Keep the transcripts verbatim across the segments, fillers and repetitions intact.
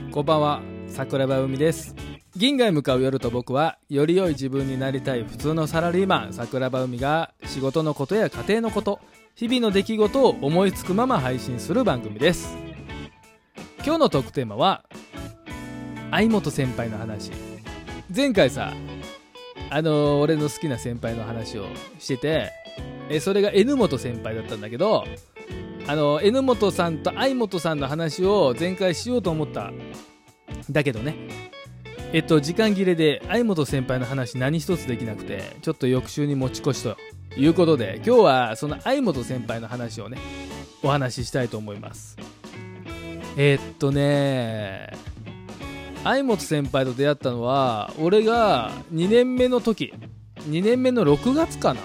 こんばんは、桜庭海です。銀河へ向かう夜と僕は、より良い自分になりたい普通のサラリーマン桜庭海が仕事のことや家庭のこと、日々の出来事を思いつくまま配信する番組です。今日のトークテーマは相本先輩の話。前回さ、あのー、俺の好きな先輩の話をしてて、えそれが N 本先輩だったんだけど、あの N 本さんと相本さんの話を前回しようと思ったんだけどね、えっと時間切れで相本先輩の話何一つできなくて、ちょっと翌週に持ち越しということで、今日はその相本先輩の話をねお話ししたいと思います。えっとね相本先輩と出会ったのは俺がにねんめの時、にねんめのろくがつかな、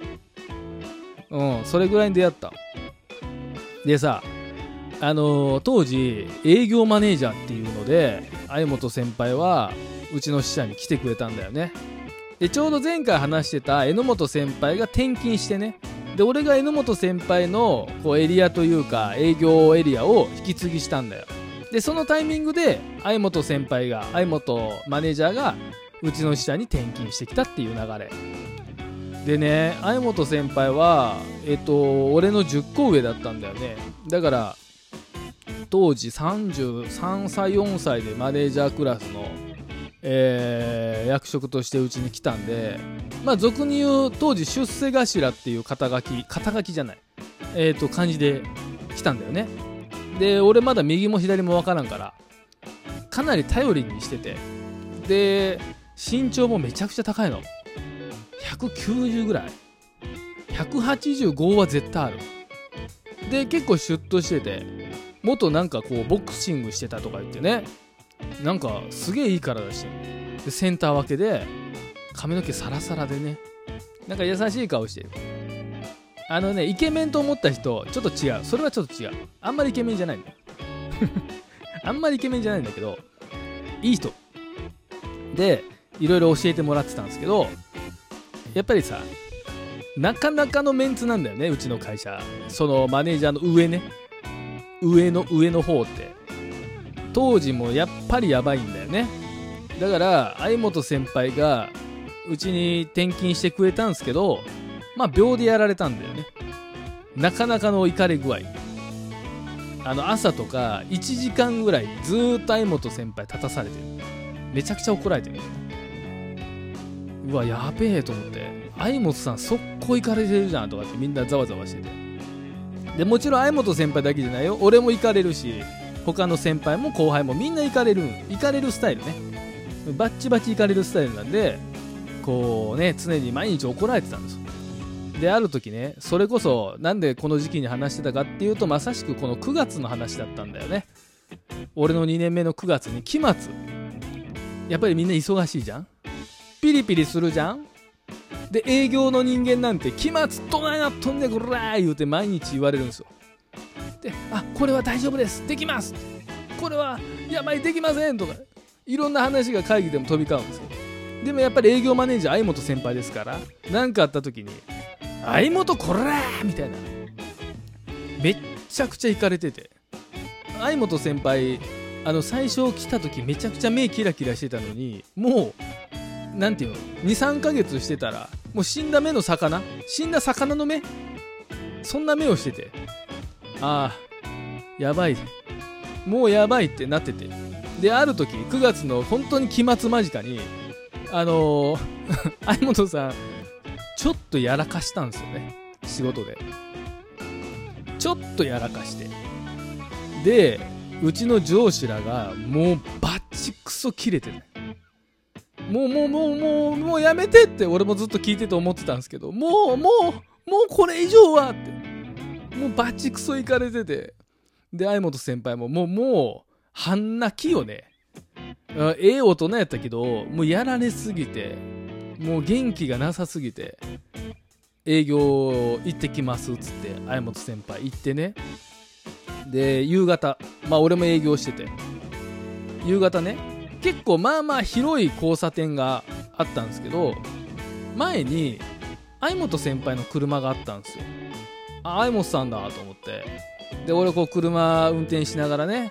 うんそれぐらいに出会った。でさ、あのー、当時営業マネージャーっていうので相本先輩はうちの支社に来てくれたんだよね。でちょうど前回話してた榎本先輩が転勤してね、で俺が榎本先輩のこうエリアというか営業エリアを引き継ぎしたんだよ。でそのタイミングで相本先輩が相本マネージャーがうちの支社に転勤してきたっていう流れでね、相本先輩はえっと俺のじゅっこ上だったんだよね。だから当時さんじゅうさんさいよんさいでマネージャークラスの、えー、役職としてうちに来たんで、まあ俗に言う当時出世頭っていう肩書き肩書きじゃないえっと感じで来たんだよね。で俺まだ右も左もわからんからかなり頼りにしてて、で身長もめちゃくちゃ高いの、ひゃくきゅうじゅうぐらい、ひゃくはちじゅうごは絶対ある。で結構シュッとしてて、元なんかこうボクシングしてたとか言ってね、なんかすげえいい体してる。でセンター分けで髪の毛サラサラでね、なんか優しい顔してる。あのねイケメンと思った人ちょっと違う、それはちょっと違う、あんまりイケメンじゃないんだよあんまりイケメンじゃないんだけどいい人でいろいろ教えてもらってたんですけど、やっぱりさなかなかのメンツなんだよねうちの会社。そのマネージャーの上ね、上の上の方って当時もやっぱりやばいんだよね。だから相本先輩がうちに転勤してくれたんですけど、まあ秒でやられたんだよね。なかなかのイカれ具合、あの朝とかいちじかんぐらいずーっと相本先輩立たされてる。めちゃくちゃ怒られてる。うわやべえと思って、相本さん速攻イカれてるじゃんとかってみんなざわざわしてて、でもちろん相本先輩だけじゃないよ、俺もイカれるし他の先輩も後輩もみんなイカれるイカれるスタイルね、バッチバチイカれるスタイルなんで、こうね常に毎日怒られてたんですよ。である時ね、それこそなんでこの時期に話してたかっていうと、まさしくこのくがつの話だったんだよね。俺のにねんめのくがつに期末、やっぱりみんな忙しいじゃん、ピリピリするじゃん。で営業の人間なんて期末どないなっとんねんこらー言うて毎日言われるんですよ。で、あ、これは大丈夫です、できます、これはやばいできませんとかいろんな話が会議でも飛び交うんですよ。でもやっぱり営業マネージャー相本先輩ですから、何かあった時に相本こらーみたいな、めっちゃくちゃイカれてて、相本先輩あの最初来た時めちゃくちゃ目キラキラしてたのに、もうなんていうの にさんかげつしてたらもう死んだ目の魚、死んだ魚の目、そんな目をしてて、ああやばいもうやばいってなってて、である時くがつの本当に期末間近にあのー、相本さんちょっとやらかしたんですよね、仕事でちょっとやらかして、でうちの上司らがもうバッチクソキレてね、もうもうもうもうもうやめてって俺もずっと聞いてて思ってたんですけど、もうもうもうこれ以上はってもうバチクソいかれてて、で相本先輩ももうもう半泣きよね。ええ大人やったけどもうやられすぎてもう元気がなさすぎて、営業行ってきますっつって相本先輩行ってね、で夕方、まあ俺も営業してて夕方ね、結構まあまあ広い交差点があったんですけど、前に相本先輩の車があったんですよ。あ、相本さんだと思って、で俺こう車運転しながらね、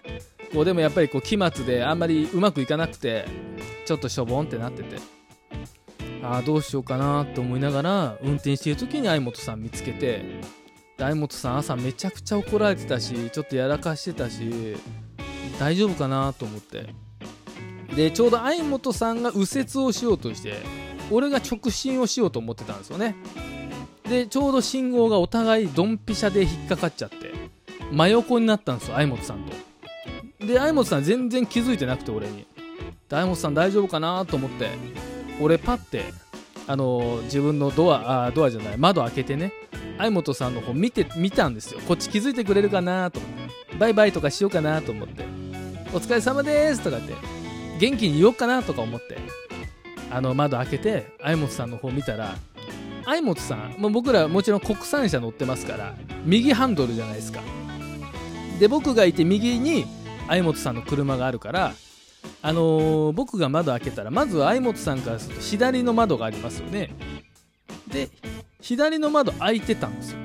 こうでもやっぱりこう期末であんまりうまくいかなくてちょっとしょぼんってなってて、ああどうしようかなと思いながら運転している時に相本さん見つけて、相本さん朝めちゃくちゃ怒られてたしちょっとやらかしてたし大丈夫かなと思って、でちょうど相本さんが右折をしようとして俺が直進をしようと思ってたんですよね。でちょうど信号がお互いドンピシャで引っかかっちゃって真横になったんですよ、相本さんと。で相本さん全然気づいてなくて俺に、で相本さん大丈夫かなと思って俺パッてあのー、自分のドアあドアじゃない窓開けてね相本さんの方見て見たんですよ。こっち気づいてくれるかなと思ってバイバイとかしようかなと思って、お疲れ様ですとかって元気に言おうかなとか思ってあの窓開けて相本さんの方見たら、相本さんもう僕らもちろん国産車乗ってますから右ハンドルじゃないですか。で僕がいて右に相本さんの車があるから、あのー、僕が窓開けたらまずは相本さんからすると左の窓がありますよね。で左の窓開いてたんですよ。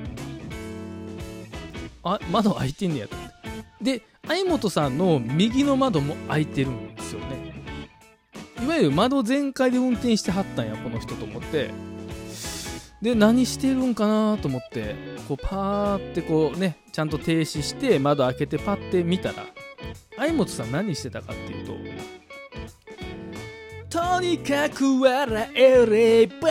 あ窓開いてんねやと思って、で相本さんの右の窓も開いてるんですよね。いわゆる窓全開で運転してはったんやこの人と思って、で何してるんかなと思ってこうパーってこうねちゃんと停止して窓開けてパッて見たら、相本さん何してたかっていうと、とにかく笑えれば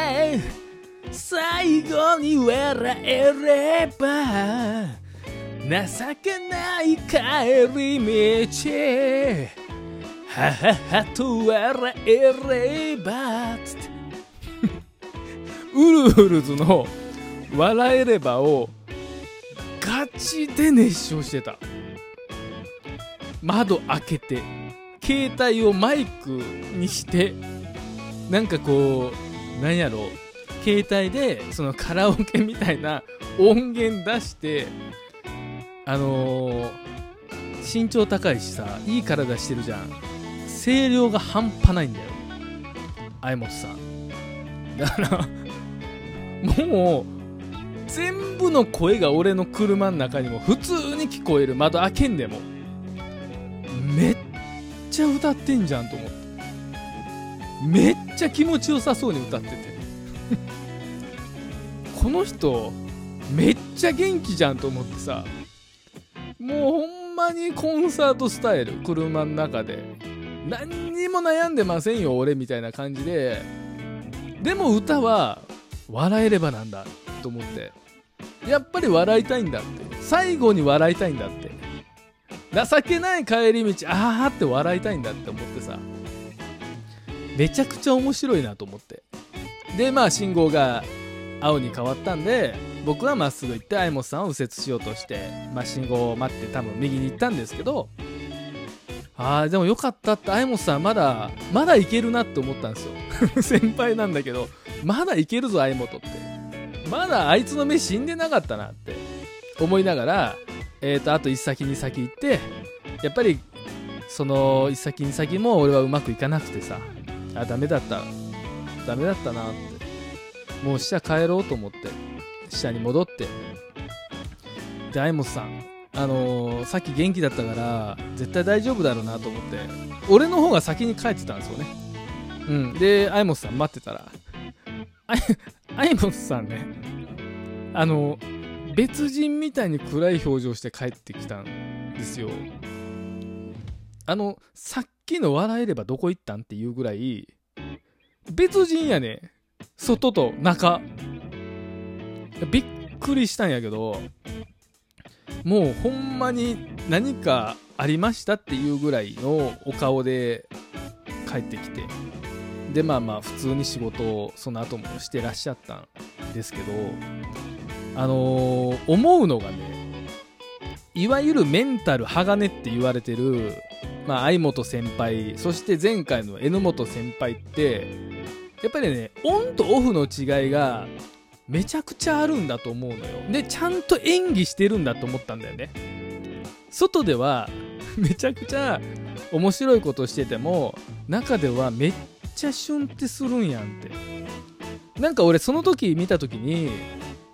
最後に笑えれば情けない帰り道はははと笑えればつってウルフルズの笑えればをガチで熱唱してた。窓開けて携帯をマイクにしてなんかこうなんやろ携帯でそのカラオケみたいな音源出して、あのー、身長高いしさいい体してるじゃん。声量が半端ないんだよ相本さん。だからもう全部の声が俺の車の中にも普通に聞こえる。窓開けんでもめっちゃ歌ってんじゃんと思って、めっちゃ気持ちよさそうに歌っててこの人めっちゃ元気じゃんと思ってさ、もうほんまにコンサートスタイル、車の中で何にも悩んでませんよ俺みたいな感じで、でも歌は笑えればなんだと思って、やっぱり笑いたいんだって、最後に笑いたいんだって、情けない帰り道あーって笑いたいんだって思ってさ、めちゃくちゃ面白いなと思って、でまあ信号が青に変わったんで僕はまっすぐ行って相本さんを右折しようとして、まあ、信号を待って多分右に行ったんですけど、あーでもよかったって、相本さんまだまだいけるなって思ったんですよ先輩なんだけどまだいけるぞ相本って、まだあいつの目死んでなかったなって思いながら、えーとあと一先二先行って、やっぱりその一先二先も俺はうまくいかなくてさ、あダメだったダメだったなって、もう下帰ろうと思って下に戻って、で相本さんあのー、さっき元気だったから絶対大丈夫だろうなと思って、俺の方が先に帰ってたんですよね。うんで相本さん待ってたら相本さんね、あの別人みたいに暗い表情して帰ってきたんですよ。あのさっきの笑えればどこ行ったんっていうぐらい別人やね、外と中。びっくりしたんやけど、もうほんまに何かありましたっていうぐらいのお顔で帰ってきて、でまあまあ普通に仕事をその後もしてらっしゃったんですけど、あのー、思うのがね、いわゆるメンタル鋼って言われてる、まあ、相本先輩、そして前回の榎本先輩ってやっぱりねオンとオフの違いがめちゃくちゃあるんだと思うのよ。でちゃんと演技してるんだと思ったんだよね。外ではめちゃくちゃ面白いことしてても中ではめっちゃシュンってするんやんって。なんか俺その時見た時に、あ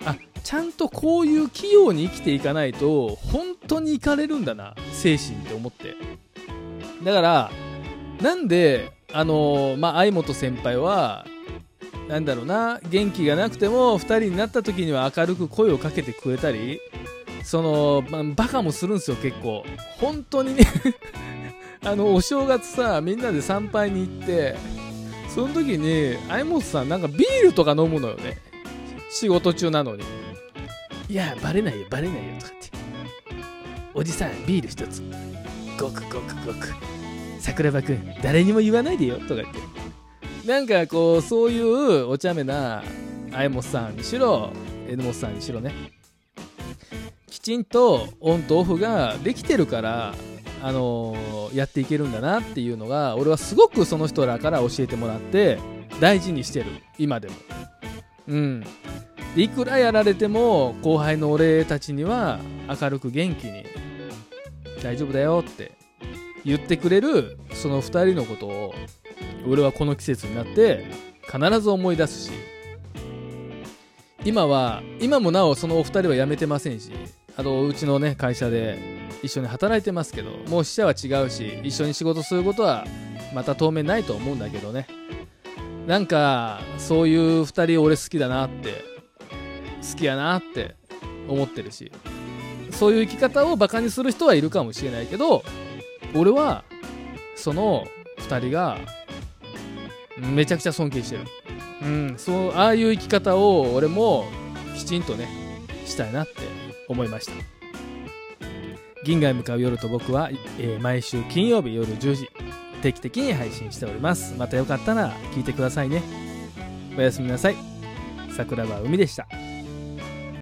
ちゃんとこういう器用に生きていかないと本当にいかれるんだな精神って思って。だからなんであのー、まあ相本先輩はなんだろうな、元気がなくてもふたりになった時には明るく声をかけてくれたり、その、まあ、バカもするんですよ結構本当にねあのお正月さみんなで参拝に行って、その時に相本さんなんかビールとか飲むのよね、仕事中なのに。いやバレないよバレないよとかって、おじさんビール一つごくごくごく桜庭くん誰にも言わないでよとか言って、なんかこうそういうお茶目な相本さんにしろ榎本さんにしろね、きちんとオンとオフができてるから、あのー、やっていけるんだなっていうのが俺はすごくその人らから教えてもらって大事にしてる今でも。うんでいくらやられても後輩の俺たちには明るく元気に大丈夫だよって言ってくれるそのふたりのことを俺はこの季節になって必ず思い出すし、今は今もなおそのお二人は辞めてませんし、あとうちのね会社で一緒に働いてますけど、もう支社は違うし一緒に仕事することはまた当面ないと思うんだけどね、なんかそういうふたり俺好きだなって好きやなって思ってるし、そういう生き方をバカにする人はいるかもしれないけど、俺はそのふたりがめちゃくちゃ尊敬してる。うん、そうああいう生き方を俺もきちんとねしたいなって思いました。銀河へ向かう夜と僕は、えー、毎週金曜日夜じゅうじ定期的に配信しております。またよかったら聞いてくださいね。おやすみなさい。桜庭海でした。